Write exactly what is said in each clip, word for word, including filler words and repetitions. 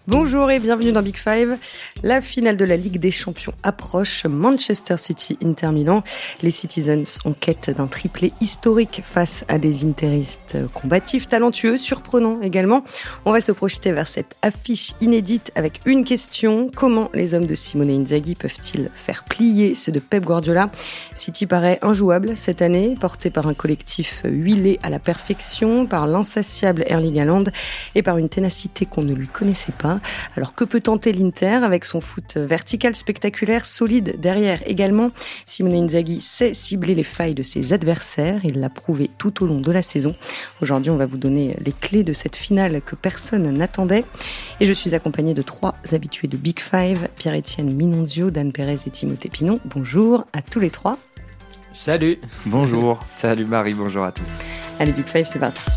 Bonjour et bienvenue dans Big Five. La finale de la Ligue des Champions approche. Manchester City, Inter Milan. Les Citizens en quête d'un triplé historique face à des interistes combatifs, talentueux, surprenants également. On va se projeter vers cette affiche inédite avec une question. Comment les hommes de Simone Inzaghi peuvent-ils faire plier ceux de Pep Guardiola ? City paraît injouable cette année, porté par un collectif huilé à la perfection, par l'insatiable Erling Haaland et par une ténacité qu'on ne lui connaissait pas. Alors que peut tenter l'Inter avec son foot vertical spectaculaire, solide derrière également? Simone Inzaghi sait cibler les failles de ses adversaires, il l'a prouvé tout au long de la saison. Aujourd'hui, on va vous donner les clés de cette finale que personne n'attendait. Et je suis accompagnée de trois habitués de Big Five, Pierre-Etienne Minonzio, Dan Pérez et Timothée Pinon. Bonjour à tous les trois. Salut. Bonjour. Salut Marie, bonjour à tous. Allez, Big Five, c'est parti.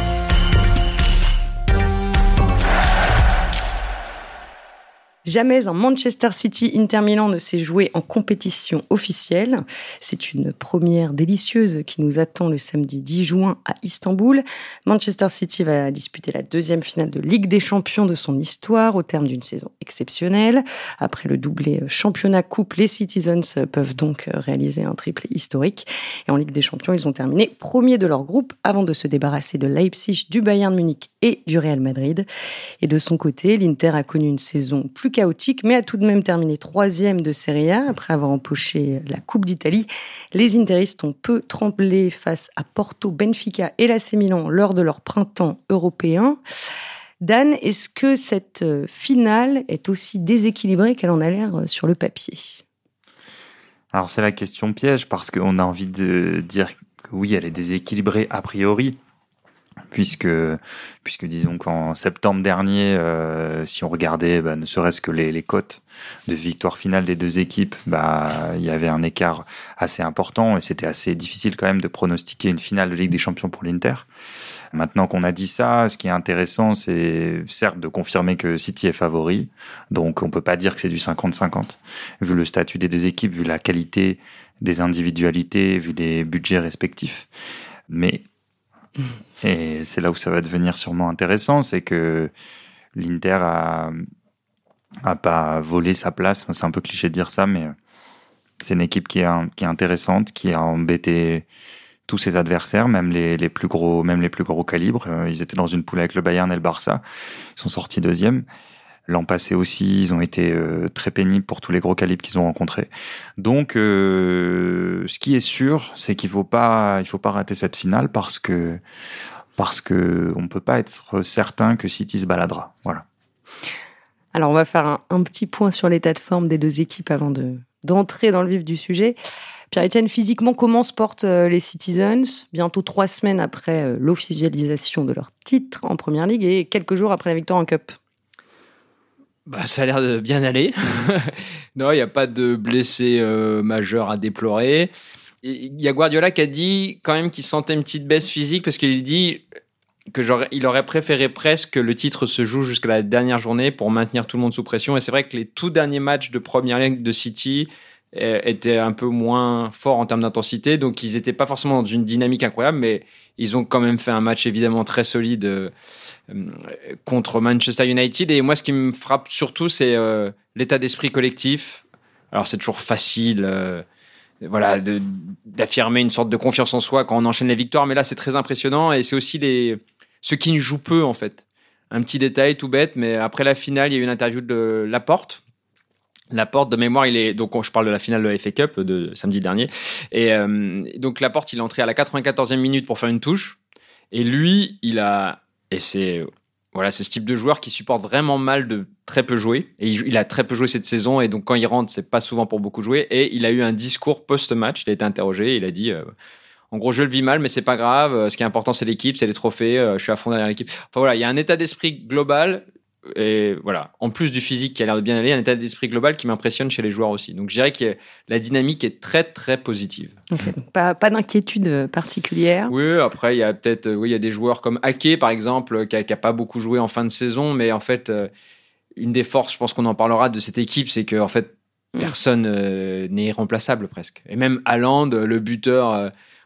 Jamais un Manchester City Inter Milan ne s'est joué en compétition officielle. C'est une première délicieuse qui nous attend le samedi dix juin à Istanbul. Manchester City va disputer la deuxième finale de Ligue des Champions de son histoire au terme d'une saison exceptionnelle. Après le doublé championnat-coupe, les Citizens peuvent donc réaliser un triplé historique. Et en Ligue des Champions, ils ont terminé premiers de leur groupe avant de se débarrasser de Leipzig, du Bayern Munich et du Real Madrid. Et de son côté, l'Inter a connu une saison plus chaotique, mais a tout de même terminé troisième de Serie A après avoir empoché la Coupe d'Italie. Les interistes ont peu tremblé face à Porto, Benfica et l'A C Milan lors de leur printemps européen. Dan, est-ce que cette finale est aussi déséquilibrée qu'elle en a l'air sur le papier ? Alors c'est la question piège, parce qu'on a envie de dire que oui, elle est déséquilibrée a priori, puisque, puisque disons qu'en septembre dernier, euh, si on regardait bah, ne serait-ce que les, les cotes de victoire finale des deux équipes, bah, il y avait un écart assez important et c'était assez difficile quand même de pronostiquer une finale de Ligue des Champions pour l'Inter. Maintenant qu'on a dit ça, ce qui est intéressant, c'est certes de confirmer que City est favori, donc on peut pas dire que c'est du cinquante cinquante, vu le statut des deux équipes, vu la qualité des individualités, vu les budgets respectifs. Mais et c'est là où ça va devenir sûrement intéressant, c'est que l'Inter a, a pas volé sa place. C'est un peu cliché de dire ça, mais c'est une équipe qui est, qui est intéressante, qui a embêté tous ses adversaires, même les, les plus gros, même les plus gros calibres. Ils étaient dans une poule avec le Bayern et le Barça. Ils sont sortis deuxième. L'an passé aussi, ils ont été euh, très pénibles pour tous les gros calibres qu'ils ont rencontrés. Donc, euh, ce qui est sûr, c'est qu'il faut pas, il faut pas rater cette finale parce que parce que on peut pas être certain que City se baladera. Voilà. Alors, on va faire un, un petit point sur l'état de forme des deux équipes avant de d'entrer dans le vif du sujet. Pierre-Etienne, physiquement, comment se portent les Citizens bientôt trois semaines après l'officialisation de leur titre en Première Ligue et quelques jours après la victoire en Cup? Bah, ça a l'air de bien aller. Non, il n'y a pas de blessés euh, majeurs à déplorer. Il y a Guardiola qui a dit quand même qu'il sentait une petite baisse physique parce qu'il dit que genre, il aurait préféré presque que le titre se joue jusqu'à la dernière journée pour maintenir tout le monde sous pression. Et c'est vrai que les tout derniers matchs de Première Ligue de City euh, étaient un peu moins forts en termes d'intensité. Donc, ils n'étaient pas forcément dans une dynamique incroyable, mais ils ont quand même fait un match évidemment très solide euh, contre Manchester United. Et moi, ce qui me frappe surtout, c'est euh, l'état d'esprit collectif. Alors, c'est toujours facile euh, voilà, de, d'affirmer une sorte de confiance en soi quand on enchaîne les victoires, mais là, c'est très impressionnant. Et c'est aussi les, ceux qui jouent peu, en fait. Un petit détail tout bête, mais après la finale, il y a eu une interview de Laporte. Laporte, de mémoire, il est donc je parle de la finale de la F A Cup de samedi dernier. Et euh, donc Laporte, il est entré à la quatre-vingt-quatorzième minute pour faire une touche. Et lui, il a et c'est voilà, c'est ce type de joueur qui supporte vraiment mal de très peu jouer. Et il, il a très peu joué cette saison. Et donc quand il rentre, c'est pas souvent pour beaucoup jouer. Et il a eu un discours post-match. Il a été interrogé. Et il a dit, euh, en gros, je le vis mal, mais c'est pas grave. Ce qui est important, c'est l'équipe, c'est les trophées. Je suis à fond derrière l'équipe. Enfin voilà, il y a un état d'esprit global. Et voilà, en plus du physique qui a l'air de bien aller, il y a un état d'esprit global qui m'impressionne chez les joueurs aussi. Donc je dirais que la dynamique est très très positive. Okay, donc pas, pas d'inquiétude particulière. Oui, après il y a peut-être oui, il y a des joueurs comme Ake par exemple qui a, qui a pas beaucoup joué en fin de saison, mais en fait euh, une des forces, je pense qu'on en parlera de cette équipe, c'est que en fait personne euh, n'est irremplaçable presque. Et même Haaland, le buteur, euh,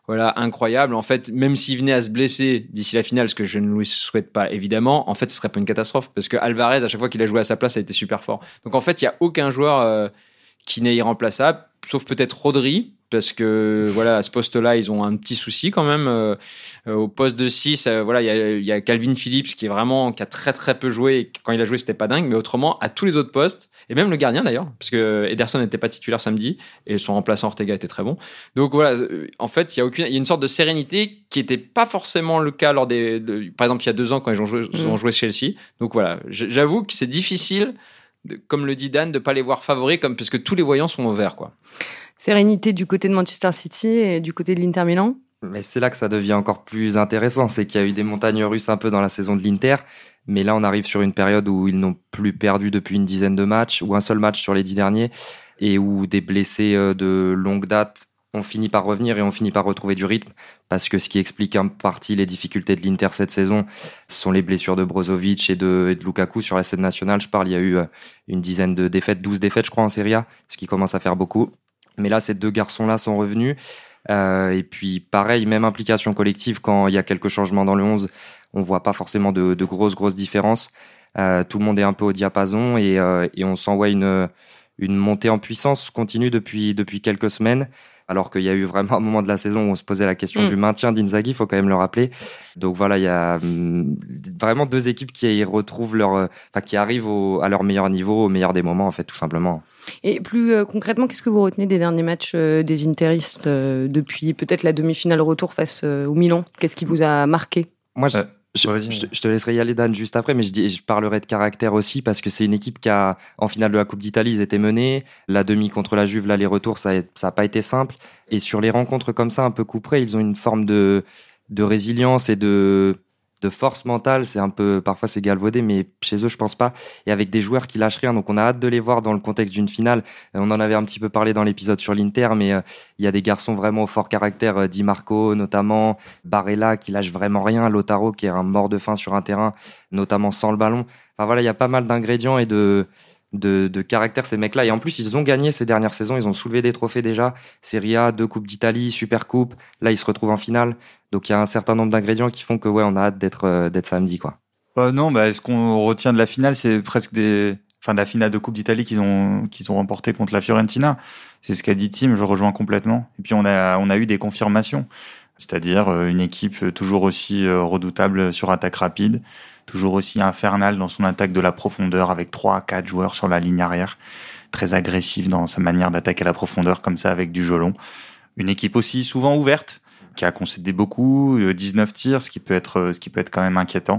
voilà, incroyable. En fait, même s'il venait à se blesser d'ici la finale, ce que je ne lui souhaite pas évidemment, en fait, ce serait pas une catastrophe parce que Alvarez, à chaque fois qu'il a joué à sa place, a été super fort. Donc en fait, il y a aucun joueur euh, qui n'est irremplaçable, sauf peut-être Rodri. Parce que voilà, à ce poste-là, ils ont un petit souci quand même. Euh, euh, au poste de six, euh, voilà, il y a, y a Calvin Phillips qui est vraiment qui a très très peu joué. Et quand il a joué, c'était pas dingue. Mais autrement, à tous les autres postes, et même le gardien d'ailleurs, parce que Ederson n'était pas titulaire samedi et son remplaçant Ortega était très bon. Donc voilà, euh, en fait, il y a aucune, il y a une sorte de sérénité qui n'était pas forcément le cas lors des, de, par exemple, il y a deux ans quand ils ont joué, ils ont joué Chelsea. Donc voilà, j'avoue que c'est difficile, de, comme le dit Dan, de pas les voir favoris, comme parce que tous les voyants sont au vert, quoi. Sérénité du côté de Manchester City et du côté de l'Inter Milan. Mais c'est là que ça devient encore plus intéressant, c'est qu'il y a eu des montagnes russes un peu dans la saison de l'Inter, mais là on arrive sur une période où ils n'ont plus perdu depuis une dizaine de matchs, ou un seul match sur les dix derniers, et où des blessés de longue date ont fini par revenir et ont fini par retrouver du rythme, parce que ce qui explique en partie les difficultés de l'Inter cette saison, ce sont les blessures de Brozovic et de, et de Lukaku sur la scène nationale. Je parle, il y a eu une dizaine de défaites, douze défaites je crois en Serie A, ce qui commence à faire beaucoup. Mais là, ces deux garçons-là sont revenus. Euh, et puis, pareil, même implication collective, quand il y a quelques changements dans le onze, on voit pas forcément de, de grosses, grosses différences. Euh, tout le monde est un peu au diapason et, euh, et on sent ouais, une, une montée en puissance continue depuis, depuis quelques semaines. Alors qu'il y a eu vraiment un moment de la saison où on se posait la question mmh. du maintien d'Inzaghi, il faut quand même le rappeler. Donc voilà, il y a hum, vraiment deux équipes qui retrouvent leur, enfin, qui arrivent au, à leur meilleur niveau, au meilleur des moments, en fait, tout simplement. Et plus euh, concrètement, qu'est-ce que vous retenez des derniers matchs euh, des Interistes euh, depuis peut-être la demi-finale retour face euh, au Milan? Qu'est-ce qui vous a marqué? Moi, je... Je, je, je te laisserai y aller, Dan, juste après, mais je, dis, je parlerai de caractère aussi parce que c'est une équipe qui a, en finale de la Coupe d'Italie, ils étaient menés. La demi contre la Juve, l'aller-retour, ça n'a pas été simple. Et sur les rencontres comme ça, un peu couperées, ils ont une forme de, de résilience et de, de force mentale. C'est un peu, parfois c'est galvaudé, mais chez eux, je pense pas. Et avec des joueurs qui lâchent rien. Donc on a hâte de les voir dans le contexte d'une finale. On en avait un petit peu parlé dans l'épisode sur l'Inter, mais il euh, y a des garçons vraiment au fort caractère, euh, Di Marco notamment, Barella qui lâche vraiment rien, Lautaro qui est un mort de faim sur un terrain, notamment sans le ballon. Enfin voilà, il y a pas mal d'ingrédients et de, de, de caractère ces mecs-là. Et en plus, ils ont gagné ces dernières saisons, ils ont soulevé des trophées déjà. Serie A, deux Coupes d'Italie, Super Coupe. Là, ils se retrouvent en finale. Donc il y a un certain nombre d'ingrédients qui font que ouais, on a hâte d'être, euh, d'être samedi, quoi. Euh, non, bah, ce qu'on retient de la finale, c'est presque des, enfin, de la finale de Coupe d'Italie qu'ils ont, qu'ils ont remporté contre la Fiorentina. C'est ce qu'a dit Tim, je rejoins complètement. Et puis, on a, on a eu des confirmations. C'est-à-dire, une équipe toujours aussi redoutable sur attaque rapide, toujours aussi infernale dans son attaque de la profondeur avec trois à quatre joueurs sur la ligne arrière. Très agressif dans sa manière d'attaquer à la profondeur, comme ça, avec du gelon. Une équipe aussi souvent ouverte, qui a concédé beaucoup, dix-neuf tirs, ce qui peut être, ce qui peut être quand même inquiétant.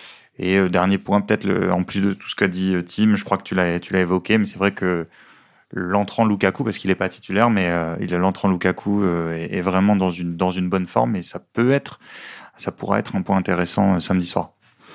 Et euh, dernier point, peut-être, le, en plus de tout ce qu'a dit Tim, je crois que tu l'as, tu l'as évoqué, mais c'est vrai que l'entrant Lukaku, parce qu'il n'est pas titulaire, mais euh, il, l'entrant Lukaku euh, est, est vraiment dans une, dans une bonne forme, et ça peut être, ça pourra être un point intéressant euh, samedi soir.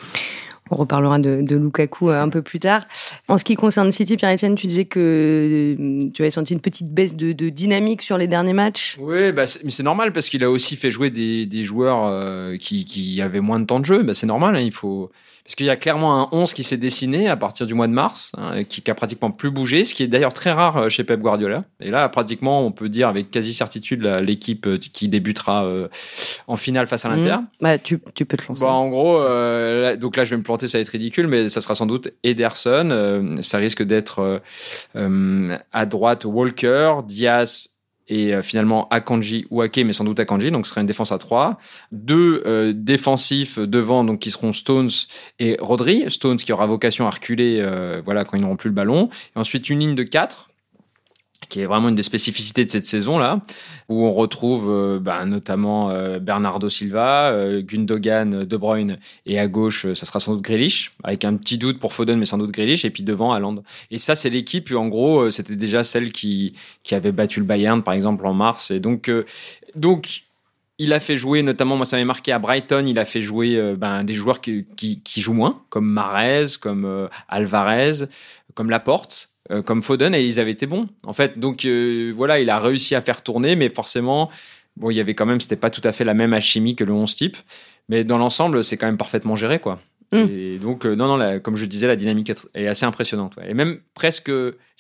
On reparlera de, de Lukaku un peu plus tard. En ce qui concerne City, Pierre-Etienne, tu disais que tu avais senti une petite baisse de, de dynamique sur les derniers matchs. Oui, bah c'est, mais c'est normal parce qu'il a aussi fait jouer des, des joueurs euh, qui, qui avaient moins de temps de jeu. Bah c'est normal, hein, il faut... Parce qu'il y a clairement un onze qui s'est dessiné à partir du mois de mars, hein, qui, qui a pratiquement plus bougé, ce qui est d'ailleurs très rare chez Pep Guardiola. Et là, pratiquement, on peut dire avec quasi certitude la, l'équipe qui débutera euh, en finale face à l'Inter. Mmh. Bah, tu, tu peux te lancer. Bah, en gros, euh, là, donc là, je vais me planter, ça va être ridicule, mais ça sera sans doute Ederson. Euh, ça risque d'être euh, euh, à droite Walker, Diaz et euh, finalement Akanji ou Ake, mais sans doute Akanji, donc ce sera une défense à trois. Deux euh, défensifs devant, donc qui seront Stones et Rodri. Stones qui aura vocation à reculer euh, voilà, quand ils n'auront plus le ballon. Et ensuite une ligne de quatre, qui est vraiment une des spécificités de cette saison-là, où on retrouve euh, bah, notamment euh, Bernardo Silva, euh, Gundogan, De Bruyne, et à gauche, ça sera sans doute Grealish, avec un petit doute pour Foden, mais sans doute Grealish, et puis devant, Haaland. Et ça, c'est l'équipe, en gros, c'était déjà celle qui, qui avait battu le Bayern, par exemple, en mars. Et donc, euh, donc il a fait jouer, notamment, moi ça m'avait marqué à Brighton, il a fait jouer euh, ben, des joueurs qui, qui, qui jouent moins, comme Mahrez, comme euh, Alvarez, comme Laporte, euh, comme Foden, et ils avaient été bons, en fait. Donc euh, voilà, il a réussi à faire tourner, mais forcément, bon, il y avait quand même, c'était pas tout à fait la même alchimie que le onze type, mais dans l'ensemble, c'est quand même parfaitement géré, quoi. Mmh. Et donc, euh, non, non, la, comme je disais, la dynamique est assez impressionnante. Ouais. Et même presque,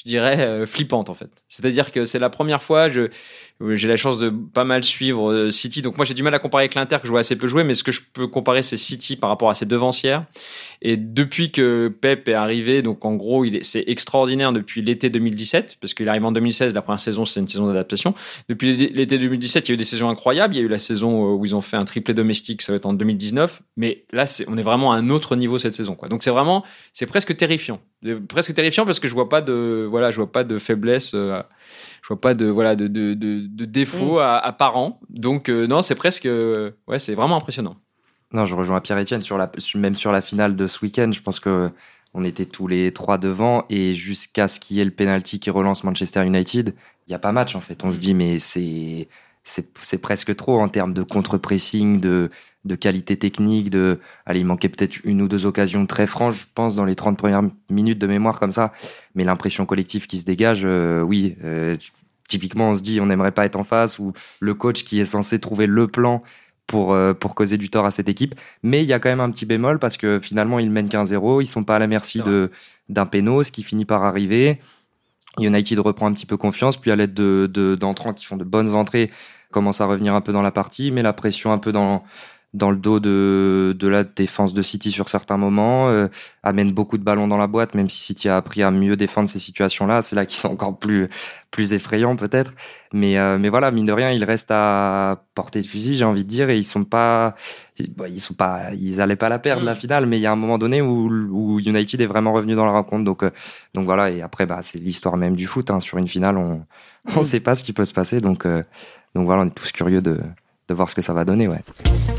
je dirais, euh, flippante en fait. C'est-à-dire que c'est la première fois, je, j'ai la chance de pas mal suivre euh, City. Donc moi, j'ai du mal à comparer avec l'Inter que je vois assez peu jouer, mais ce que je peux comparer, c'est City par rapport à ses devancières. Et depuis que Pep est arrivé, donc en gros, il est, c'est extraordinaire depuis l'été deux mille dix-sept, parce qu'il arrive en deux mille seize, la première saison, c'est une saison d'adaptation. Depuis l'été deux mille dix-sept, il y a eu des saisons incroyables. Il y a eu la saison où ils ont fait un triplé domestique, ça va être en deux mille dixneuf. Mais là, c'est, on est vraiment à un autre niveau cette saison, quoi. Donc c'est vraiment, c'est presque terrifiant. Presque terrifiant parce que je vois pas de, voilà, je vois pas de faiblesse, euh, je vois pas de, voilà, de, de, de, de défaut mmh. apparent. Donc, euh, non, c'est presque, euh, ouais, c'est vraiment impressionnant. Non, je rejoins Pierre-Etienne sur la, même sur la finale de ce week-end. Je pense que on était tous les trois devant et jusqu'à ce qu'il y ait le penalty qui relance Manchester United, il y a pas match en fait. On mmh. se dit mais c'est, c'est, c'est presque trop en termes de contre-pressing, de, de qualité technique, de, allez, il manquait peut-être une ou deux occasions très franches, je pense, dans les trente premières minutes de mémoire comme ça. Mais l'impression collective qui se dégage, euh, oui, euh, typiquement, on se dit, on n'aimerait pas être en face, ou le coach qui est censé trouver le plan pour, euh, pour causer du tort à cette équipe. Mais il y a quand même un petit bémol parce que finalement, ils mènent qu'un zéro, ils sont pas à la merci de, d'un péno, ce qui finit par arriver. United reprend un petit peu confiance, puis à l'aide de, de, d'entrants qui font de bonnes entrées, commence à revenir un peu dans la partie, met la pression un peu dans, dans le dos de, de la défense de City sur certains moments, euh, amène beaucoup de ballons dans la boîte, même si City a appris à mieux défendre ces situations-là, c'est là qu'ils sont encore plus, plus effrayants peut-être. Mais, euh, mais voilà, mine de rien, ils restent à portée de fusil, j'ai envie de dire, et ils sont pas, ils sont pas, ils allaient pas la perdre, la finale, mais il y a un moment donné où, où United est vraiment revenu dans la rencontre, donc, euh, donc voilà, et après, bah, c'est l'histoire même du foot, hein. Sur une finale, on, on sait pas ce qui peut se passer, donc, euh, donc voilà, on est tous curieux de, de voir ce que ça va donner, ouais.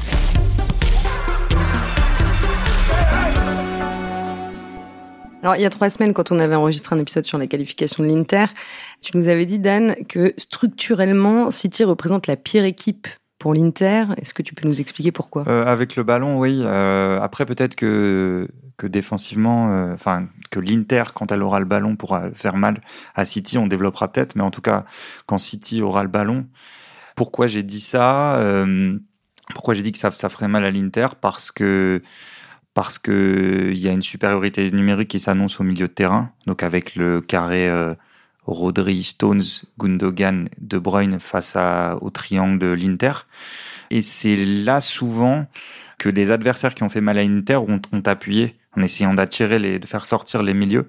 Alors, il y a trois semaines, quand on avait enregistré un épisode sur la qualification de l'Inter, tu nous avais dit, Dan, que structurellement, City représente la pire équipe pour l'Inter. Est-ce que tu peux nous expliquer pourquoi ? euh, Avec le ballon, oui. Euh, après, peut-être que, que défensivement, enfin, euh, que l'Inter, quand elle aura le ballon, pourra faire mal à City, on développera peut-être. Mais en tout cas, quand City aura le ballon, pourquoi j'ai dit ça ? euh, Pourquoi j'ai dit que ça, ça ferait mal à l'Inter ? Parce que parce qu'il y a une supériorité numérique qui s'annonce au milieu de terrain, donc avec le carré euh, Rodri, Stones, Gundogan, De Bruyne face à, au triangle de l'Inter. Et c'est là souvent que les adversaires qui ont fait mal à l'Inter ont, ont appuyé en essayant d'attirer, les, de faire sortir les milieux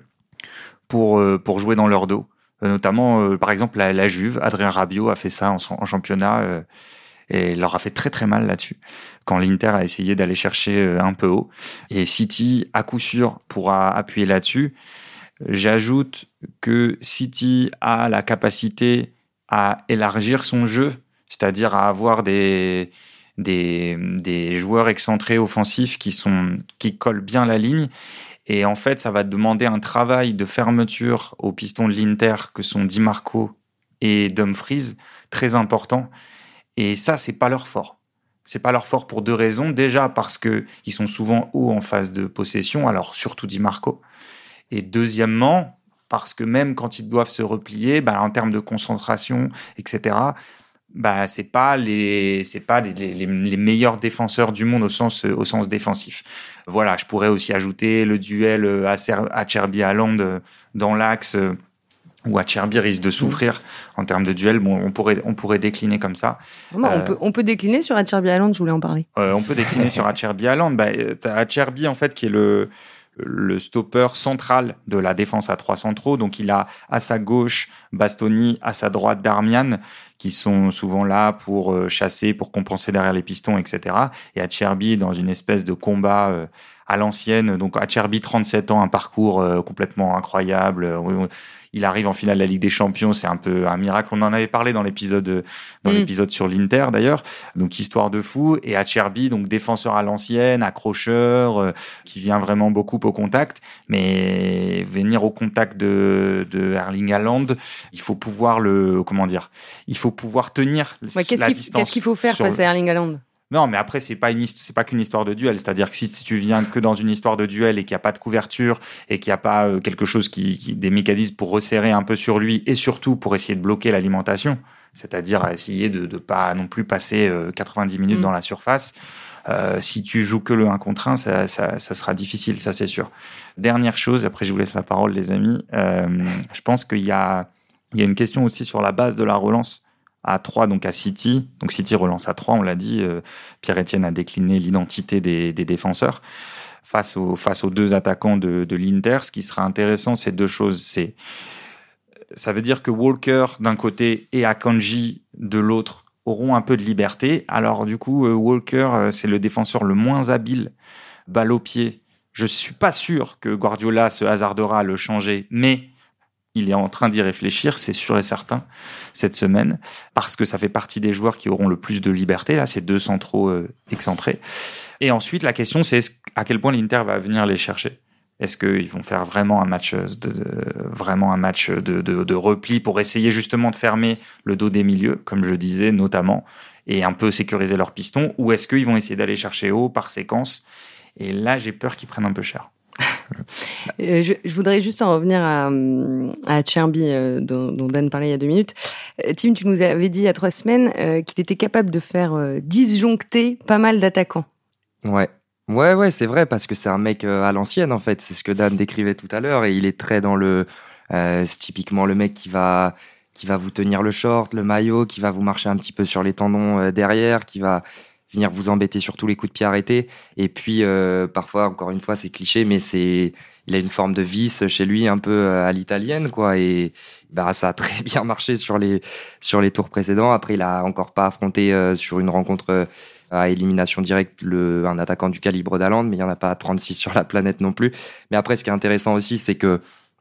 pour, euh, pour jouer dans leur dos. Euh, notamment, euh, par exemple, la, la Juve, Adrien Rabiot a fait ça en, en championnat, euh, et leur a fait très très mal là-dessus, quand l'Inter a essayé d'aller chercher un peu haut. Et City, à coup sûr, pourra appuyer là-dessus. J'ajoute que City a la capacité à élargir son jeu, c'est-à-dire à avoir des, des, des joueurs excentrés offensifs qui, sont, qui collent bien la ligne. Et en fait, ça va demander un travail de fermeture aux pistons de l'Inter, que sont Di Marco et Dumfries, très important. Et ça, c'est pas leur fort. C'est pas leur fort pour deux raisons. Déjà parce que ils sont souvent hauts en phase de possession, alors surtout Di Marco. Et deuxièmement, parce que même quand ils doivent se replier, bah, en termes de concentration, et cetera, bah, c'est pas les, c'est pas les, les, les meilleurs défenseurs du monde au sens, au sens défensif. Voilà, je pourrais aussi ajouter le duel Acerbi-Haaland dans l'axe, où Acerbi risque de souffrir en termes de duel. Bon, on pourrait, on pourrait décliner comme ça. Non, euh, on, peut, on peut décliner sur Acerbi-Haaland, je voulais en parler. Euh, on peut décliner sur Acerbi-Haaland. Bah, t'as Acerbi, en fait, qui est le, le stopper central de la défense à trois centraux. Donc, il a à sa gauche Bastoni, à sa droite Darmian, qui sont souvent là pour chasser, pour compenser derrière les pistons, et cetera. Et Acerbi, dans une espèce de combat euh, à l'ancienne. Donc, Acerbi, trente-sept ans, un parcours euh, complètement incroyable. Euh, Il arrive en finale de la Ligue des Champions, c'est un peu un miracle. On en avait parlé dans l'épisode, dans mmh. l'épisode sur l'Inter d'ailleurs. Donc histoire de fou. Et Acerbi, donc défenseur à l'ancienne, accrocheur, euh, qui vient vraiment beaucoup au contact. Mais venir au contact de, de Erling Haaland, il faut pouvoir le, comment dire, il faut pouvoir tenir ouais, qu'est-ce la qu'il, distance. Qu'est-ce qu'il faut faire face à Erling Haaland ? Non, mais après, c'est pas une, c'est pas qu'une histoire de duel. C'est-à-dire que si tu viens que dans une histoire de duel et qu'il n'y a pas de couverture et qu'il n'y a pas euh, quelque chose qui, qui, des mécanismes pour resserrer un peu sur lui et surtout pour essayer de bloquer l'alimentation, c'est-à-dire à essayer de ne pas non plus passer euh, quatre-vingt-dix minutes mmh. dans la surface. Euh, si tu joues que le un contre un, ça, ça, ça sera difficile, ça c'est sûr. Dernière chose, après je vous laisse la parole les amis, euh, je pense qu'il y a, il y a une question aussi sur la base de la relance à trois, donc à City. Donc City relance à trois, on l'a dit, euh, Pierre-Etienne a décliné l'identité des, des défenseurs. Face aux, face aux deux attaquants de, de l'Inter, ce qui sera intéressant, c'est deux choses. C'est, ça veut dire que Walker d'un côté et Akanji de l'autre auront un peu de liberté. Alors du coup, euh, Walker, euh, c'est le défenseur le moins habile, balle au pied. Je suis pas sûr que Guardiola se hasardera à le changer, mais il est en train d'y réfléchir, c'est sûr et certain, cette semaine, parce que ça fait partie des joueurs qui auront le plus de liberté, là, ces deux centraux euh, excentrés. Et ensuite, la question, c'est à quel point l'Inter va venir les chercher. Est-ce qu'ils vont faire vraiment un match de, de, vraiment un match de, de, de repli pour essayer justement de fermer le dos des milieux, comme je disais notamment, et un peu sécuriser leur piston, ou est-ce qu'ils vont essayer d'aller chercher haut par séquence? Et là, j'ai peur qu'ils prennent un peu cher. je, je voudrais juste en revenir à, à Cherby, euh, dont, dont Dan parlait il y a deux minutes. Euh, Tim, tu nous avais dit il y a trois semaines euh, qu'il était capable de faire euh, disjoncter pas mal d'attaquants. Ouais. Ouais, ouais, c'est vrai, parce que c'est un mec euh, à l'ancienne, en fait. C'est ce que Dan décrivait tout à l'heure, et il est très dans le... Euh, c'est typiquement le mec qui va, qui va vous tenir le short, le maillot, qui va vous marcher un petit peu sur les tendons euh, derrière, qui va venir vous embêter sur tous les coups de pied arrêtés. Et puis, euh, parfois, encore une fois, c'est cliché, mais c'est... il a une forme de vice chez lui, un peu à l'italienne, quoi. Et bah, ça a très bien marché sur les, sur les tours précédents. Après, il a encore pas affronté euh, sur une rencontre... Euh, à élimination directe le, un attaquant du calibre d'Haaland, mais il n'y en a pas trente-six sur la planète non plus. Mais après, ce qui est intéressant aussi, c'est que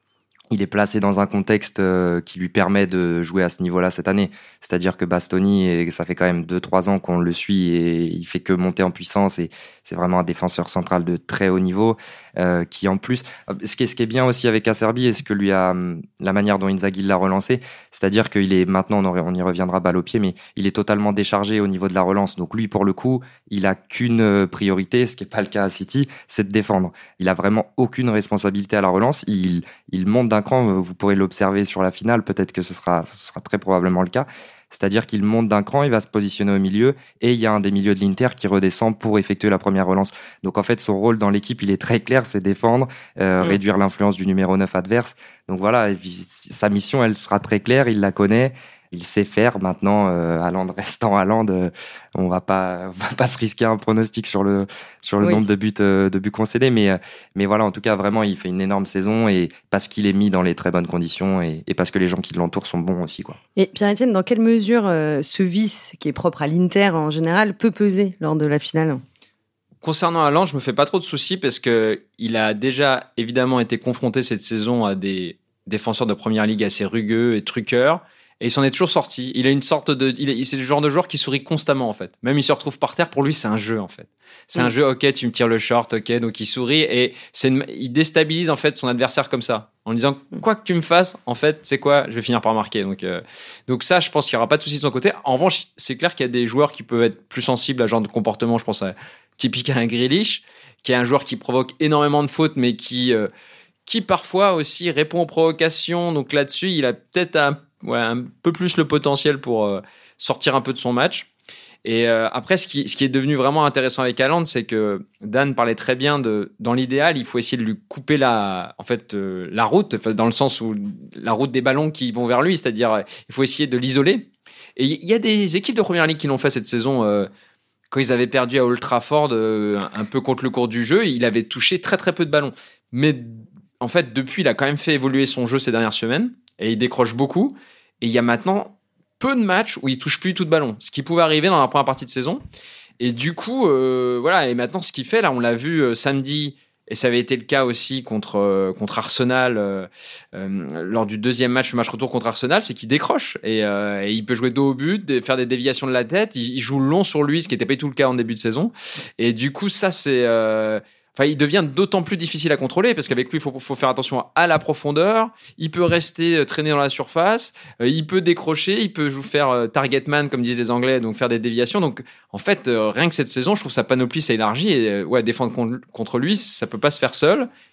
il est placé dans un contexte euh, qui lui permet de jouer à ce niveau-là cette année. C'est-à-dire que Bastoni, et ça fait quand même deux trois ans qu'on le suit et il fait que monter en puissance, et c'est vraiment un défenseur central de très haut niveau euh, qui en plus... Ce qui est, ce qui est bien aussi avec Acerbi et ce que lui a... la manière dont Inzaghi l'a relancé, c'est-à-dire qu'il est maintenant, on y reviendra balle au pied, mais il est totalement déchargé au niveau de la relance. Donc lui, pour le coup, il a qu'une priorité, ce qui n'est pas le cas à City, c'est de défendre. Il a vraiment aucune responsabilité à la relance. Il, il monte d'un cran, vous pourrez l'observer sur la finale, peut-être que ce sera, ce sera très probablement le cas. C'est-à-dire qu'il monte d'un cran, il va se positionner au milieu, et il y a un des milieux de l'Inter qui redescend pour effectuer la première relance. Donc en fait, son rôle dans l'équipe, il est très clair, c'est défendre, euh, mmh. réduire l'influence du numéro neuf adverse. Donc voilà, sa mission, elle sera très claire, il la connaît, il sait faire. Maintenant, euh, Haaland restant Haaland, euh, on va pas, on va pas se risquer un pronostic sur le sur le oui. nombre de buts euh, de buts concédés, mais euh, mais voilà, en tout cas, vraiment, il fait une énorme saison, et parce qu'il est mis dans les très bonnes conditions, et, et parce que les gens qui l'entourent sont bons aussi, quoi. Et Pierre-Etienne, dans quelle mesure euh, ce vice qui est propre à l'Inter en général peut peser lors de la finale? Concernant Haaland, je me fais pas trop de soucis parce que il a déjà évidemment été confronté cette saison à des défenseurs de première ligue assez rugueux et truqueurs. Et il s'en est toujours sorti. Il a une sorte de, il est, c'est le genre de joueur qui sourit constamment, en fait. Même il se retrouve par terre, pour lui, c'est un jeu, en fait. C'est mmh. un jeu, ok, tu me tires le short, ok, donc il sourit, et c'est une, il déstabilise, en fait, son adversaire comme ça. En disant, quoi que tu me fasses, en fait, c'est quoi? Je vais finir par marquer. Donc, euh, donc ça, je pense qu'il n'y aura pas de souci de son côté. En revanche, c'est clair qu'il y a des joueurs qui peuvent être plus sensibles à ce genre de comportement. Je pense à, typique à un Grealish, qui est un joueur qui provoque énormément de fautes, mais qui, euh, qui parfois aussi répond aux provocations. Donc là-dessus, il a peut-être un Ouais, un peu plus le potentiel pour euh, sortir un peu de son match. Et euh, après, ce qui, ce qui est devenu vraiment intéressant avec Haaland, c'est que Dan parlait très bien de, dans l'idéal, il faut essayer de lui couper la, en fait, euh, la route, dans le sens où la route des ballons qui vont vers lui, c'est-à-dire, euh, il faut essayer de l'isoler. Et il y a des équipes de Première Ligue qui l'ont fait cette saison. Euh, quand ils avaient perdu à Old Trafford, euh, un peu contre le cours du jeu, il avait touché très très peu de ballons. Mais en fait, depuis, il a quand même fait évoluer son jeu ces dernières semaines, et il décroche beaucoup. Et il y a maintenant peu de matchs où il touche plus tout de ballon, ce qui pouvait arriver dans la première partie de saison. Et du coup, euh, voilà. Et maintenant, ce qu'il fait, là, on l'a vu euh, samedi, et ça avait été le cas aussi contre euh, contre Arsenal euh, euh, lors du deuxième match, le match retour contre Arsenal, c'est qu'il décroche et, euh, et il peut jouer dos au but, faire des déviations de la tête. Il, il joue long sur lui, ce qui n'était pas du tout le cas en début de saison. Et du coup, ça, c'est euh, Enfin, il devient d'autant plus difficile à contrôler parce qu'avec lui, il faut, faut faire attention à la profondeur. Il peut rester euh, traîner dans la surface. Euh, il peut décrocher. Il peut jouer, faire euh, target man, comme disent les Anglais, donc faire des déviations. Donc, en fait, euh, rien que cette saison, je trouve sa panoplie s'est élargie. Et euh, ouais, défendre con- contre lui, ça peut pas se faire seul.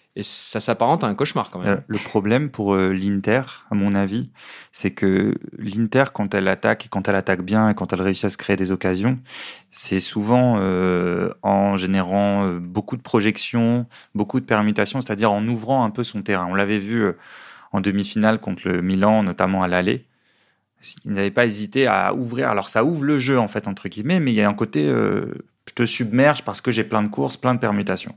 Et ça s'apparente à un cauchemar quand même. Euh, le problème pour euh, l'Inter, à mon avis, c'est que l'Inter, quand elle attaque, et quand elle attaque bien et quand elle réussit à se créer des occasions, c'est souvent euh, en générant euh, beaucoup de projections, beaucoup de permutations, c'est-à-dire en ouvrant un peu son terrain. On l'avait vu euh, en demi-finale contre le Milan, notamment à l'aller. Ils n'avaient pas hésité à ouvrir. Alors ça ouvre le jeu, en fait, entre guillemets, mais il y a un côté euh, je te submerge parce que j'ai plein de courses, plein de permutations.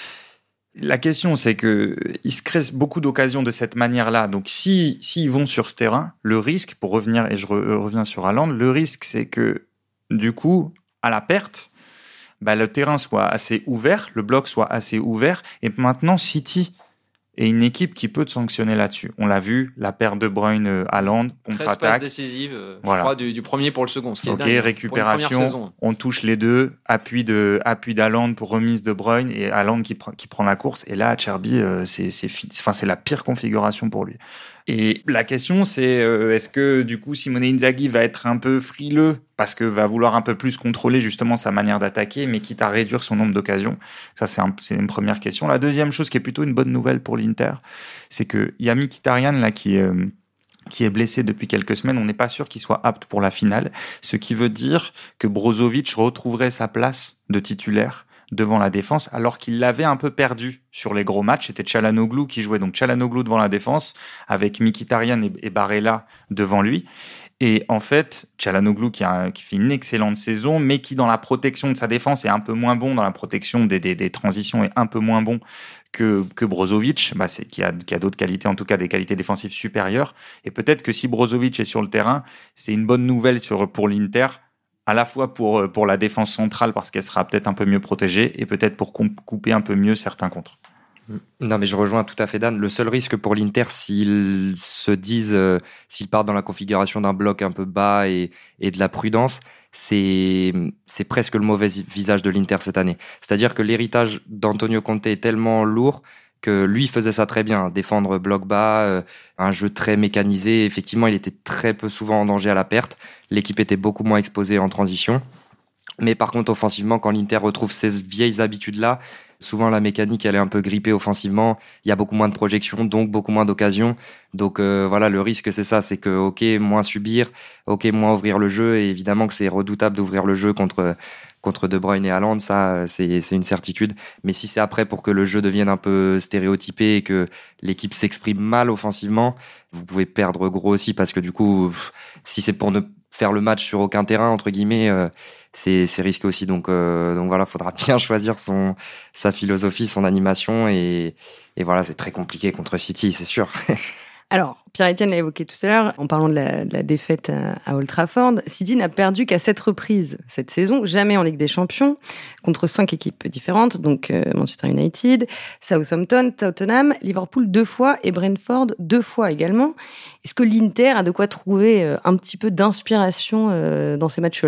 La question, c'est que ils se créent beaucoup d'occasions de cette manière-là. Donc, si s'ils vont sur ce terrain, le risque, pour revenir, et je re, reviens sur Haaland, le risque, c'est que, du coup, à la perte, bah, le terrain soit assez ouvert, le bloc soit assez ouvert, et maintenant, City est une équipe qui peut te sanctionner là-dessus. On l'a vu, la perte de Bruyne, Haaland, contre-attaque. treize passes décisives, voilà. Je crois, du, du premier pour le second. Ce qui est ok, dingue, récupération, on touche les deux, appui de appui d'Haaland pour remise de Bruyne et Haaland qui, pr- qui prend la course. Et là, Cherby, euh, c'est, c'est, enfin, c'est la pire configuration pour lui. Et la question, c'est euh, est-ce que du coup Simone Inzaghi va être un peu frileux parce que va vouloir un peu plus contrôler justement sa manière d'attaquer, mais quitte à réduire son nombre d'occasions. Ça, c'est, un, c'est une première question. La deuxième chose qui est plutôt une bonne nouvelle pour l'Inter, c'est que y a Mkhitaryan là qui est euh, qui est blessé depuis quelques semaines. On n'est pas sûr qu'il soit apte pour la finale, ce qui veut dire que Brozovic retrouverait sa place de titulaire devant la défense, alors qu'il l'avait un peu perdu sur les gros matchs. C'était Çalhanoğlu qui jouait, donc Çalhanoğlu devant la défense, avec Mkhitaryan et, et Barella devant lui. Et en fait, Çalhanoğlu qui, a, qui fait une excellente saison, mais qui dans la protection de sa défense est un peu moins bon, dans la protection des, des, des transitions est un peu moins bon que, que Brozovic, bah c'est, qui, a, qui a d'autres qualités, en tout cas des qualités défensives supérieures. Et peut-être que si Brozovic est sur le terrain, c'est une bonne nouvelle sur, pour l'Inter, à la fois pour, pour la défense centrale parce qu'elle sera peut-être un peu mieux protégée et peut-être pour couper un peu mieux certains contres. Non, mais je rejoins tout à fait Dan. Le seul risque pour l'Inter, s'ils se disent, euh, s'ils partent dans la configuration d'un bloc un peu bas et, et de la prudence, c'est, c'est presque le mauvais visage de l'Inter cette année. C'est-à-dire que l'héritage d'Antonio Conte est tellement lourd que lui faisait ça très bien, défendre bloc bas, euh, un jeu très mécanisé. Effectivement, il était très peu souvent en danger à la perte. L'équipe était beaucoup moins exposée en transition. Mais par contre, offensivement, quand l'Inter retrouve ces vieilles habitudes-là, souvent la mécanique, elle est un peu grippée offensivement. Il y a beaucoup moins de projections, donc beaucoup moins d'occasions. Donc euh, voilà, le risque, c'est ça, c'est que ok, moins subir, ok, moins ouvrir le jeu. Et évidemment que c'est redoutable d'ouvrir le jeu contre contre De Bruyne et Haaland, ça, c'est c'est une certitude. Mais si c'est après pour que le jeu devienne un peu stéréotypé et que l'équipe s'exprime mal offensivement, vous pouvez perdre gros aussi parce que du coup, si c'est pour ne faire le match sur aucun terrain entre guillemets, euh, c'est c'est risqué aussi. Donc euh, donc voilà, faudra bien choisir son sa philosophie, son animation et et voilà, c'est très compliqué contre City, c'est sûr. Alors, Pierre-Etienne l'a évoqué tout à l'heure, en parlant de la, de la défaite à Old Trafford, City n'a perdu qu'à sept reprises cette saison, jamais en Ligue des Champions, contre cinq équipes différentes, donc euh, Manchester United, Southampton, Tottenham, Liverpool deux fois et Brentford deux fois également. Est-ce que l'Inter a de quoi trouver euh, un petit peu d'inspiration euh, dans ces matchs-là ?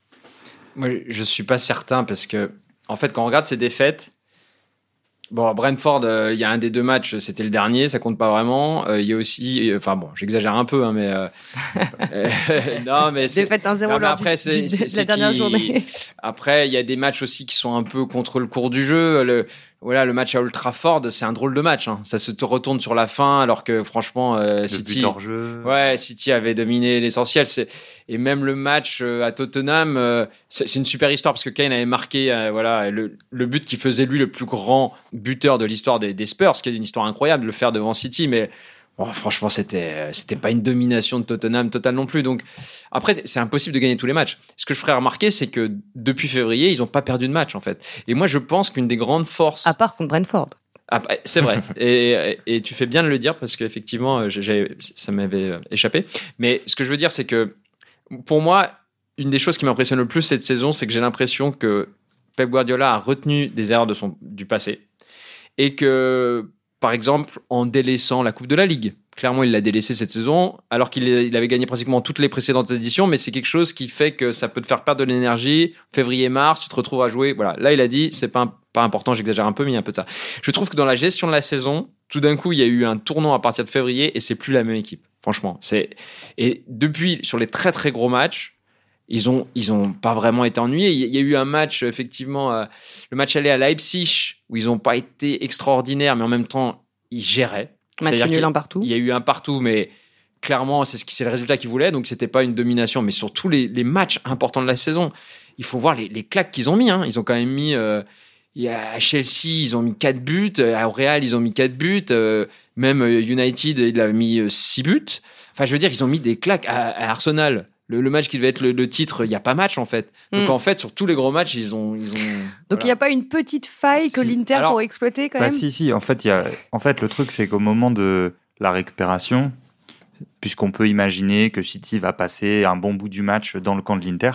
Moi, je suis pas certain parce que, en fait, quand on regarde ces défaites, bon, Brentford, il euh, y a un des deux matchs, c'était le dernier, ça compte pas vraiment. Il euh, y a aussi, enfin bon, j'exagère un peu, hein, mais euh, euh, non, mais c'est défaite un zéro lors après, du, c'est, du, c'est, de c'est la dernière qui... journée. Après, il y a des matchs aussi qui sont un peu contre le cours du jeu. Le, voilà, le match à Old Trafford, c'est un drôle de match. Hein. Ça se retourne sur la fin, alors que franchement, euh, City, hors-jeu. Ouais, City avait dominé l'essentiel. C'est... Et même le match euh, à Tottenham, euh, c'est, c'est une super histoire parce que Kane avait marqué, euh, voilà, le, le but qui faisait lui le plus grand buteur de l'histoire des, des Spurs, ce qui est une histoire incroyable de le faire devant City, mais oh, franchement, c'était, c'était pas une domination de Tottenham totale non plus. Donc, après, c'est impossible de gagner tous les matchs. Ce que je ferais remarquer, c'est que depuis février, ils n'ont pas perdu de match, en fait. Et moi, je pense qu'une des grandes forces. À part contre Brentford. Ah, c'est vrai. et, et, et tu fais bien de le dire parce qu'effectivement, j'ai, ça m'avait échappé. Mais ce que je veux dire, c'est que pour moi, une des choses qui m'impressionne le plus cette saison, c'est que j'ai l'impression que Pep Guardiola a retenu des erreurs de son, du passé. Et que, par exemple, en délaissant la Coupe de la Ligue, clairement, il l'a délaissé cette saison, alors qu'il il avait gagné pratiquement toutes les précédentes éditions, mais c'est quelque chose qui fait que ça peut te faire perdre de l'énergie. Février-mars, tu te retrouves à jouer. Voilà. Là, il a dit, c'est pas, pas important, j'exagère un peu, mais il y a un peu de ça. Je trouve que dans la gestion de la saison, tout d'un coup, il y a eu un tournant à partir de février et c'est plus la même équipe. Franchement, c'est et depuis sur les très très gros matchs, ils ont, ils ont pas vraiment été ennuyés. Il y a eu un match, effectivement, euh, le match aller à Leipzig, où ils ont pas été extraordinaires, mais en même temps, ils géraient. Match nul un partout. Il y a eu un partout, mais clairement, c'est, ce qui, c'est le résultat qu'ils voulaient, donc c'était pas une domination. Mais sur tous les, les matchs importants de la saison, il faut voir les, les claques qu'ils ont mis. Hein. Ils ont quand même mis... Euh, à Chelsea, ils ont mis quatre buts. Au Real, ils ont mis quatre buts. Euh, même United, il a mis six buts. Enfin, je veux dire, ils ont mis des claques à, à Arsenal. Le, le match qui devait être le, le titre, il n'y a pas match, en fait. Donc, mm. en fait, sur tous les gros matchs, ils ont... Ils ont Donc, il voilà. n'y a pas une petite faille que l'Inter Alors, pourrait exploiter, quand bah même Si, si. En fait, y a, en fait, le truc, c'est qu'au moment de la récupération, puisqu'on peut imaginer que City va passer un bon bout du match dans le camp de l'Inter,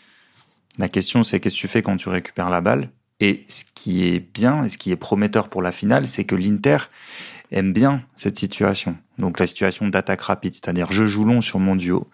la question, c'est qu'est-ce que tu fais quand tu récupères la balle ? Et ce qui est bien, et ce qui est prometteur pour la finale, c'est que l'Inter aime bien cette situation. Donc la situation d'attaque rapide, c'est-à-dire je joue long sur mon duo,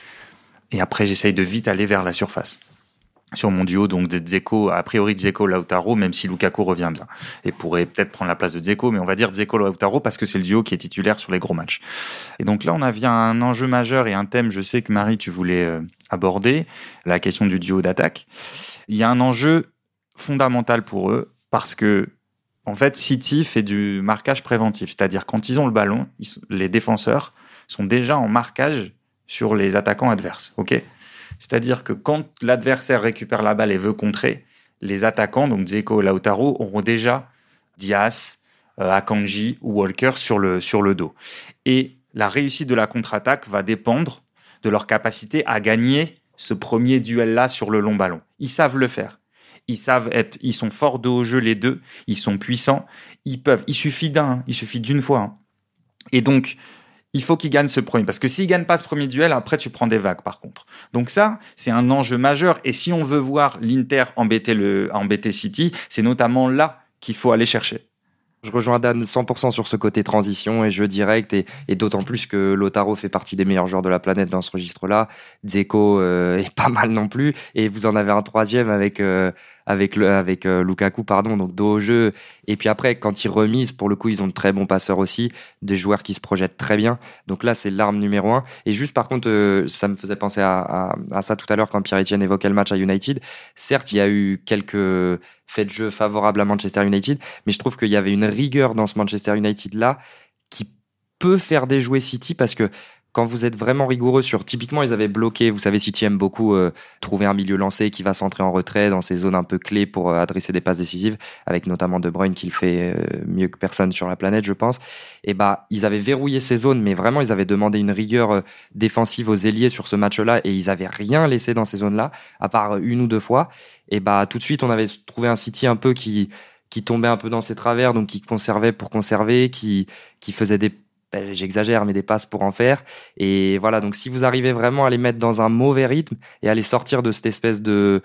et après j'essaye de vite aller vers la surface. Sur mon duo, donc de Dzeko, a priori Dzeko, Lautaro, même si Lukaku revient bien, et pourrait peut-être prendre la place de Dzeko, mais on va dire Dzeko, Lautaro, parce que c'est le duo qui est titulaire sur les gros matchs. Et donc là, on a vu un enjeu majeur et un thème, je sais que Marie, tu voulais euh, aborder, la question du duo d'attaque. Il y a un enjeu fondamental pour eux parce que en fait City fait du marquage préventif, c'est-à-dire quand ils ont le ballon, ils, les défenseurs sont déjà en marquage sur les attaquants adverses, ok ? C'est-à-dire que quand l'adversaire récupère la balle et veut contrer, les attaquants, donc Dzeko et Lautaro, auront déjà Diaz, euh, Akanji ou Walker sur le, sur le dos. Et la réussite de la contre-attaque va dépendre de leur capacité à gagner ce premier duel-là sur le long ballon. Ils savent le faire. Ils savent être, ils sont forts de haut jeu les deux, ils sont puissants, ils peuvent, il suffit d'un, il suffit d'une fois. Hein. Et donc, il faut qu'ils gagnent ce premier, parce que s'ils gagnent pas ce premier duel, après tu prends des vagues par contre. Donc ça, c'est un enjeu majeur. Et si on veut voir l'Inter embêter le, embêter City, c'est notamment là qu'il faut aller chercher. Je rejoins Dan cent pour cent sur ce côté transition et jeu direct, et, et d'autant plus que Lautaro fait partie des meilleurs joueurs de la planète dans ce registre-là. Dzeko euh, est pas mal non plus, et vous en avez un troisième avec euh, avec le avec euh, Lukaku, pardon, donc dos au jeu. Et puis après, quand ils remisent, pour le coup, ils ont de très bons passeurs aussi, des joueurs qui se projettent très bien. Donc là, c'est l'arme numéro un. Et juste par contre, euh, ça me faisait penser à, à, à ça tout à l'heure quand Pierre-Etienne évoquait le match à United. Certes, il y a eu quelques faits de jeu favorables à Manchester United, mais je trouve qu'il y avait une rigueur dans ce Manchester United-là qui peut faire déjouer City, parce que quand vous êtes vraiment rigoureux sur... Typiquement, ils avaient bloqué, vous savez, City aime beaucoup euh, trouver un milieu lancé qui va centrer en retrait dans ces zones un peu clés pour euh, adresser des passes décisives, avec notamment De Bruyne qui le fait euh, mieux que personne sur la planète, je pense. Et bah, ils avaient verrouillé ces zones, mais vraiment, ils avaient demandé une rigueur euh, défensive aux ailiers sur ce match-là, et ils avaient rien laissé dans ces zones-là, à part une ou deux fois. Et bah, tout de suite, on avait trouvé un City un peu qui, qui tombait un peu dans ses travers, donc qui conservait pour conserver, qui, qui faisait des... j'exagère, mais des passes pour en faire. Et voilà, donc si vous arrivez vraiment à les mettre dans un mauvais rythme et à les sortir de cette espèce de,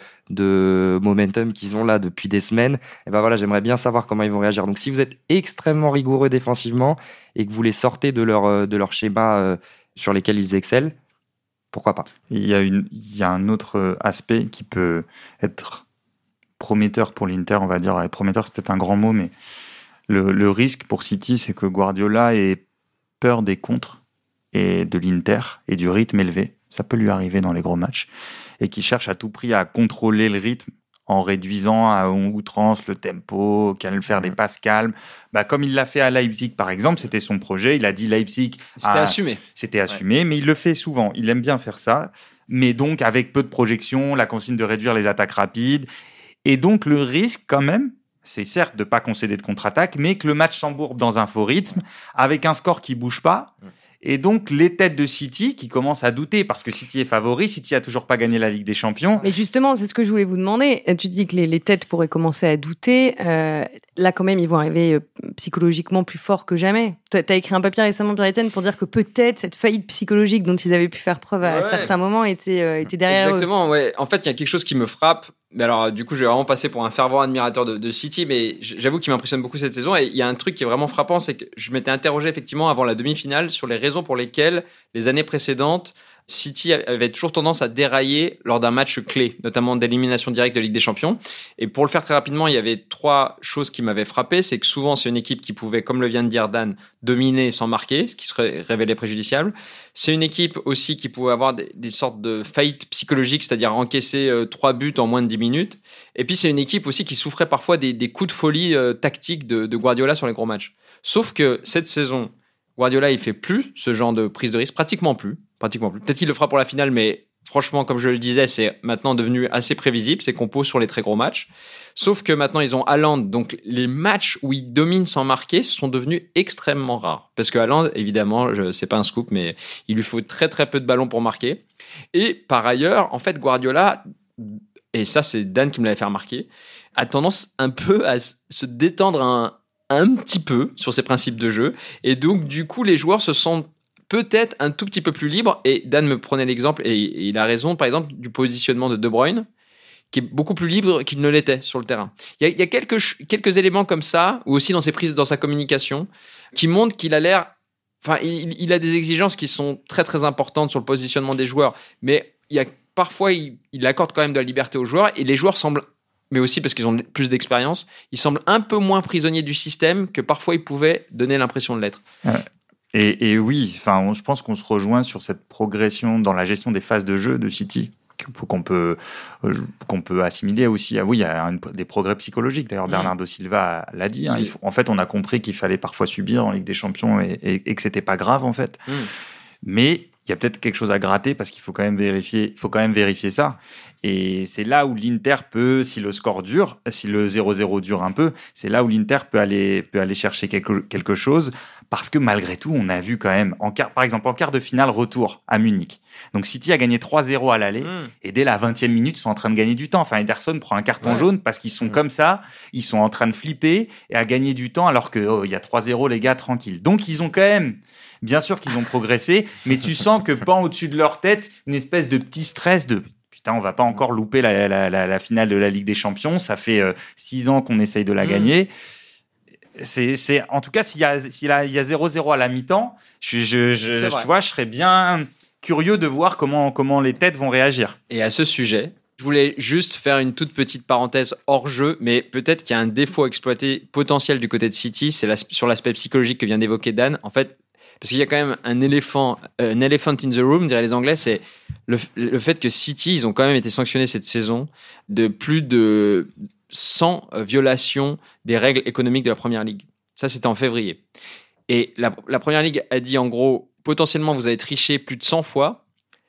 de momentum qu'ils ont là depuis des semaines, et ben voilà, j'aimerais bien savoir comment ils vont réagir. Donc si vous êtes extrêmement rigoureux défensivement et que vous les sortez de leur, de leur schéma euh, sur lesquels ils excellent, pourquoi pas. Il y a une, il y a un autre aspect qui peut être prometteur pour l'Inter, on va dire. Prometteur, c'est peut-être un grand mot, mais le, le risque pour City, c'est que Guardiola ait peur des contres et de l'Inter et du rythme élevé. Ça peut lui arriver dans les gros matchs. Et qu'il cherche à tout prix à contrôler le rythme en réduisant à outrance le tempo, qu'à le faire des passes calmes. Bah, comme il l'a fait à Leipzig, par exemple, c'était son projet. Il a dit Leipzig. C'était a, assumé. C'était assumé, ouais. Mais il le fait souvent. Il aime bien faire ça. Mais donc, avec peu de projection, la consigne de réduire les attaques rapides. Et donc, le risque, quand même, c'est certes de ne pas concéder de contre-attaque, mais que le match s'embourbe dans un faux rythme, avec un score qui ne bouge pas. Et donc, les têtes de City qui commencent à douter, parce que City est favori, City n'a toujours pas gagné la Ligue des Champions. Mais justement, c'est ce que je voulais vous demander. Tu dis que les, les têtes pourraient commencer à douter. Euh, là, quand même, ils vont arriver euh, psychologiquement plus forts que jamais. Tu as écrit un papier récemment, Pierre-Etienne, pour dire que peut-être cette faillite psychologique dont ils avaient pu faire preuve à ouais. certains moments était, euh, était derrière Exactement, eux. ouais. En fait, il y a quelque chose qui me frappe. Mais alors, du coup, je vais vraiment passer pour un fervent admirateur de, de City, mais j'avoue qu'il m'impressionne beaucoup cette saison. Et il y a un truc qui est vraiment frappant, c'est que je m'étais interrogé effectivement avant la demi-finale sur les raisons pour lesquelles les années précédentes, City avait toujours tendance à dérailler lors d'un match clé, notamment d'élimination directe de Ligue des Champions. Et pour le faire très rapidement, il y avait trois choses qui m'avaient frappé. C'est que souvent, c'est une équipe qui pouvait, comme le vient de dire Dan, dominer sans marquer, ce qui serait révélé préjudiciable. C'est une équipe aussi qui pouvait avoir des, des sortes de faillites psychologiques, c'est-à-dire encaisser euh, trois buts en moins de dix minutes. Et puis, c'est une équipe aussi qui souffrait parfois des, des coups de folie euh, tactiques de, de Guardiola sur les gros matchs. Sauf que cette saison, Guardiola, il fait plus ce genre de prise de risque, pratiquement plus. Pratiquement plus. Peut-être qu'il le fera pour la finale, mais franchement, comme je le disais, c'est maintenant devenu assez prévisible. C'est qu'on pose sur les très gros matchs. Sauf que maintenant, ils ont Haaland. Donc, les matchs où ils dominent sans marquer sont devenus extrêmement rares. Parce que Haaland, évidemment, je, c'est pas un scoop, mais il lui faut très, très peu de ballons pour marquer. Et par ailleurs, en fait, Guardiola, et ça, c'est Dan qui me l'avait fait remarquer, a tendance un peu à se détendre un, un petit peu sur ses principes de jeu. Et donc, du coup, les joueurs se sentent peut-être un tout petit peu plus libre, et Dan me prenait l'exemple, et, et il a raison, par exemple, du positionnement de De Bruyne, qui est beaucoup plus libre qu'il ne l'était sur le terrain. Il y a, il y a quelques, quelques éléments comme ça, ou aussi dans ses prises, dans sa communication, qui montrent qu'il a l'air... Enfin, il, il a des exigences qui sont très, très importantes sur le positionnement des joueurs, mais il y a, parfois, il, il accorde quand même de la liberté aux joueurs, et les joueurs semblent, mais aussi parce qu'ils ont plus d'expérience, ils semblent un peu moins prisonniers du système que parfois ils pouvaient donner l'impression de l'être. Ouais. Et, et oui, enfin, je pense qu'on se rejoint sur cette progression dans la gestion des phases de jeu de City, qu'on peut, qu'on peut assimiler aussi à, oui, à une, des progrès psychologiques. D'ailleurs, mmh. Bernardo Silva l'a dit. Hein, il faut, en fait, on a compris qu'il fallait parfois subir en Ligue des Champions et, et, et que c'était pas grave, en fait. Mmh. Mais il y a peut-être quelque chose à gratter parce qu'il faut quand même vérifier, faut quand même vérifier ça. Et c'est là où l'Inter peut, si le score dure, si le zéro zéro dure un peu, c'est là où l'Inter peut aller, peut aller chercher quelque, quelque chose. Parce que malgré tout, on a vu quand même, en quart, par exemple, en quart de finale retour à Munich. Donc City a gagné trois zéro à l'aller, mmh. et dès la vingtième minute, ils sont en train de gagner du temps. Enfin, Ederson prend un carton ouais. jaune parce qu'ils sont mmh. comme ça, ils sont en train de flipper et à gagner du temps alors qu'il oh, y a trois zéro, les gars, tranquille. Donc ils ont quand même, bien sûr qu'ils ont progressé, mais tu sens que pend au-dessus de leur tête une espèce de petit stress de... Putain, on va pas encore louper la, la, la, la finale de la Ligue des Champions. Ça fait euh, six ans qu'on essaye de la mmh. gagner. C'est, c'est, en tout cas, s'il y a, s'il y a, il y a zéro zéro à la mi-temps, je, je, je, tu vois, je serais bien curieux de voir comment, comment les têtes vont réagir. Et à ce sujet, je voulais juste faire une toute petite parenthèse hors jeu, mais peut-être qu'il y a un défaut exploité potentiel du côté de City, c'est sur l'aspect psychologique que vient d'évoquer Dan. En fait, parce qu'il y a quand même un éléphant, euh, un elephant in the room, diraient les Anglais, c'est le, le fait que City, ils ont quand même été sanctionnés cette saison de plus de cent violations des règles économiques de la Première Ligue. Ça, c'était en février. Et la, la Première Ligue a dit, en gros, potentiellement, vous avez triché plus de cent fois.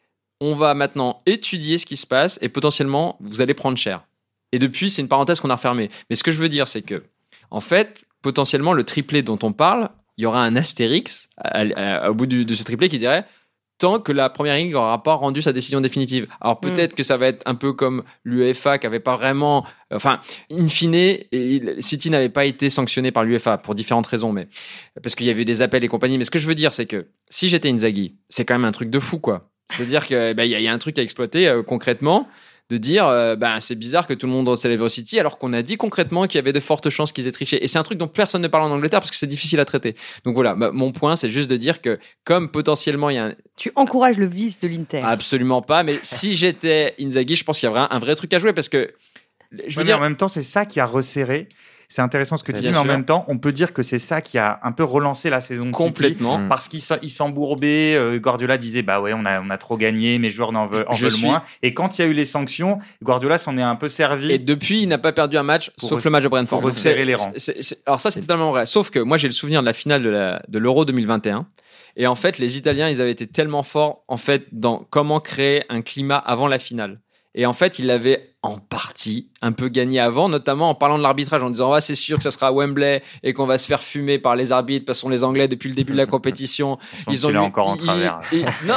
On va maintenant étudier ce qui se passe et potentiellement, vous allez prendre cher. Et depuis, c'est une parenthèse qu'on a refermée. Mais ce que je veux dire, c'est que, en fait, potentiellement, le triplé dont on parle, il y aura un astérix à, à, à, au bout du, de ce triplé qui dirait tant que la Première Ligue n'aura pas rendu sa décision définitive. Alors peut-être mmh. que ça va être un peu comme l'UEFA qui n'avait pas vraiment... Enfin, in fine, et City n'avait pas été sanctionné par l'UEFA pour différentes raisons, mais parce qu'il y avait eu des appels et compagnie. Mais ce que je veux dire, c'est que si j'étais Inzaghi, c'est quand même un truc de fou, quoi. C'est-à-dire qu'il bah, y, y a un truc à exploiter euh, concrètement, de dire euh, bah, c'est bizarre que tout le monde célèbre City alors qu'on a dit concrètement qu'il y avait de fortes chances qu'ils aient triché. Et c'est un truc dont personne ne parle en Angleterre parce que c'est difficile à traiter. Donc voilà, bah, mon point, c'est juste de dire que comme potentiellement il y a un... Tu encourages le vice de l'Inter. Absolument pas, mais si j'étais Inzaghi, je pense qu'il y a un vrai truc à jouer parce que je veux ouais, dire... en même temps, c'est ça qui a resserré. C'est intéressant ce que tu dis, mais sûr. en même temps, on peut dire que c'est ça qui a un peu relancé la saison complètement City, parce qu'ils s'embourbaient. Euh, Guardiola disait bah ouais, on a on a trop gagné, mes joueurs en veulent, en veulent suis... moins. Et quand il y a eu les sanctions, Guardiola s'en est un peu servi. Et depuis, il n'a pas perdu un match, sauf le match de Brentford. Pour resserrer les rangs. C'est, c'est, alors ça, c'est totalement vrai. Sauf que moi, j'ai le souvenir de la finale de, la, de l'Euro deux mille vingt et un. Et en fait, les Italiens, ils avaient été tellement forts en fait dans comment créer un climat avant la finale. Et en fait, il l'avait en partie un peu gagné avant, notamment en parlant de l'arbitrage, en disant ah, c'est sûr que ça sera à Wembley et qu'on va se faire fumer par les arbitres parce que les Anglais, depuis le début de la compétition, ils ont eu encore en ils, travers. Ils, non,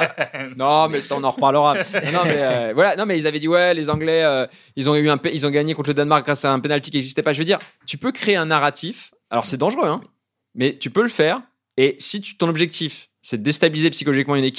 non, mais ça on en reparlera. Non, mais euh, voilà, non, mais ils avaient dit ouais, les Anglais, euh, ils ont eu un, ils ont gagné contre le Danemark grâce à un penalty qui n'existait pas. Je veux dire, tu peux créer un narratif. Alors c'est dangereux, hein, mais tu peux le faire. Et si tu, ton objectif, c'est de déstabiliser psychologiquement une équipe.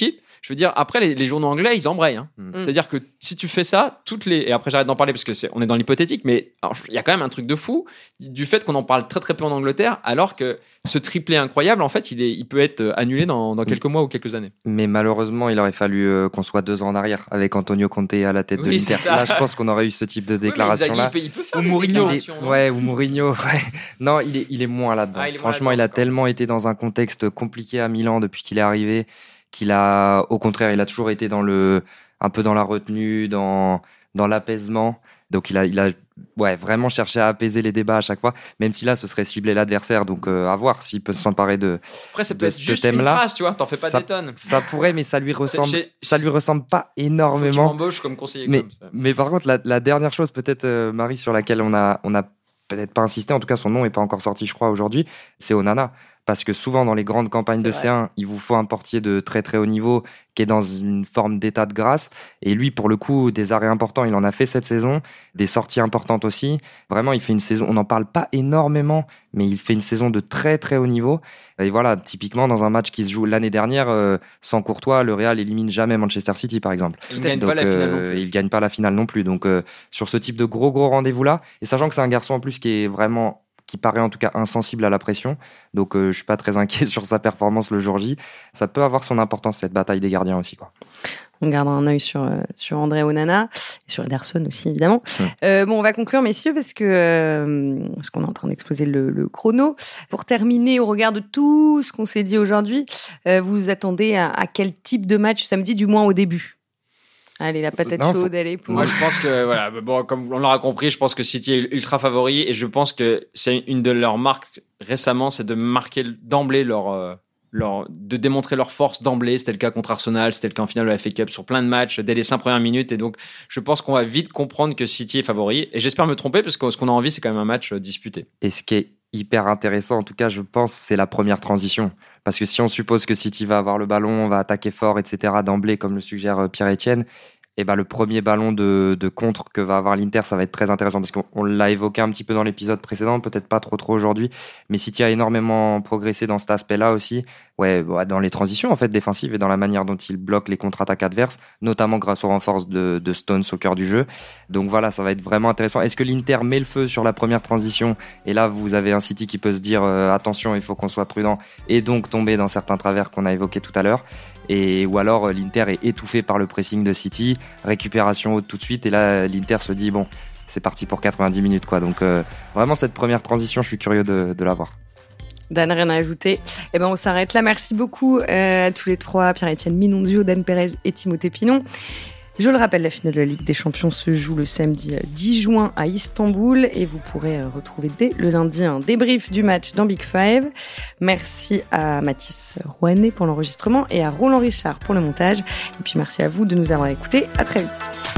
je veux dire, après, les, les journaux anglais, ils embrayent. Hein. Mm. C'est-à-dire que si tu fais ça, toutes les. Et après, j'arrête d'en parler parce que c'est... on est dans l'hypothétique, mais il y a quand même un truc de fou du fait qu'on en parle très très peu en Angleterre, alors que ce triplé incroyable, en fait, il, est... il peut être annulé dans, dans quelques mois ou quelques années. Mais malheureusement, il aurait fallu euh, qu'on soit deux ans en arrière avec Antonio Conte à la tête oui, de l'Inter. Là, je pense qu'on aurait eu ce type de déclaration-là. Oui, il, peut, il peut faire ou des Mourinho. déclarations. Est... Ouais, ou Mourinho. Ouais. Non, il est, il est moins là-dedans. Ah, Franchement, là-dedans, il a encore. tellement été dans un contexte compliqué à Milan depuis qu'il est arrivé, qu'il a, au contraire, il a toujours été dans le, un peu dans la retenue, dans, dans l'apaisement. Donc, il a, il a, ouais, vraiment cherché à apaiser les débats à chaque fois, même si là, ce serait cibler l'adversaire. Donc, euh, à voir s'il peut s'emparer de. Après, ça peut être juste une phrase, tu vois, t'en fais pas ça, des tonnes. Ça pourrait, mais ça lui ressemble, chez, ça lui ressemble pas énormément. Faut qu'il m'embauche comme conseiller. Mais, comme ça. mais par contre, la, la dernière chose, peut-être, euh, Marie, sur laquelle on a, on a peut-être pas insisté, en tout cas, son nom est pas encore sorti, je crois, aujourd'hui, c'est Onana. Parce que souvent, dans les grandes campagnes c'est de vrai. C un, il vous faut un portier de très très haut niveau qui est dans une forme d'état de grâce. Et lui, pour le coup, des arrêts importants, il en a fait cette saison. Des sorties importantes aussi. Vraiment, il fait une saison, on n'en parle pas énormément, mais il fait une saison de très très haut niveau. Et voilà, typiquement, dans un match qui se joue l'année dernière, euh, sans Courtois, le Real élimine jamais Manchester City, par exemple. Il ne gagne pas la finale non plus. Il gagne pas la finale non plus. Donc, euh, sur ce type de gros gros rendez-vous-là, et sachant que c'est un garçon en plus qui est vraiment... qui paraît en tout cas insensible à la pression. Donc, euh, je suis pas très inquiet sur sa performance le jour J. Ça peut avoir son importance, cette bataille des gardiens aussi, quoi. On gardera un œil sur, euh, sur André Onana, et sur Ederson aussi, évidemment. Mmh. Euh, bon, on va conclure, messieurs, parce que euh, parce qu'on est en train d'exploser le, le chrono. Pour terminer, au regard de tout ce qu'on s'est dit aujourd'hui, euh, vous vous attendez à, à quel type de match samedi, du moins au début ? Allez, la patate non, chaude, faut... elle est pour... Moi, je pense que, voilà, bon, comme on l'aura compris, je pense que City est ultra favori et je pense que c'est une de leurs marques récemment, c'est de marquer d'emblée leur, euh, leur, de démontrer leur force d'emblée. C'était le cas contre Arsenal, c'était le cas en finale de la F A Cup sur plein de matchs dès les cinq premières minutes. Et donc, je pense qu'on va vite comprendre que City est favori. Et j'espère me tromper parce que ce qu'on a envie, c'est quand même un match disputé. Et ce qui est hyper intéressant, en tout cas, je pense, c'est la première transition. Parce que si on suppose que City va avoir le ballon, va attaquer fort, et cetera d'emblée, comme le suggère Pierre-Etienne, et ben le premier ballon de, de contre que va avoir l'Inter, ça va être très intéressant parce qu'on on l'a évoqué un petit peu dans l'épisode précédent, peut-être pas trop trop aujourd'hui, mais City a énormément progressé dans cet aspect-là aussi. Ouais, dans les transitions en fait défensives et dans la manière dont il bloque les contre-attaques adverses, notamment grâce au renfort de, de Stones au cœur du jeu. Donc voilà, ça va être vraiment intéressant. Est-ce que l'Inter met le feu sur la première transition et là vous avez un City qui peut se dire euh, attention, il faut qu'on soit prudent et donc tomber dans certains travers qu'on a évoqués tout à l'heure. Et, ou alors l'Inter est étouffé par le pressing de City, récupération haute tout de suite et là l'Inter se dit bon c'est parti pour quatre-vingt-dix minutes quoi. Donc euh, vraiment cette première transition je suis curieux de, de la voir. Dan, rien à ajouter. Eh ben on s'arrête là. Merci beaucoup euh, à tous les trois, Pierre-Etienne Minondio, Dan Pérez et Timothée Pinon. Je le rappelle, la finale de la Ligue des Champions se joue le samedi dix juin à Istanbul et vous pourrez retrouver dès le lundi un débrief du match dans Big Five. Merci à Mathis Rouanet pour l'enregistrement et à Roland Richard pour le montage. Et puis merci à vous de nous avoir écoutés. À très vite.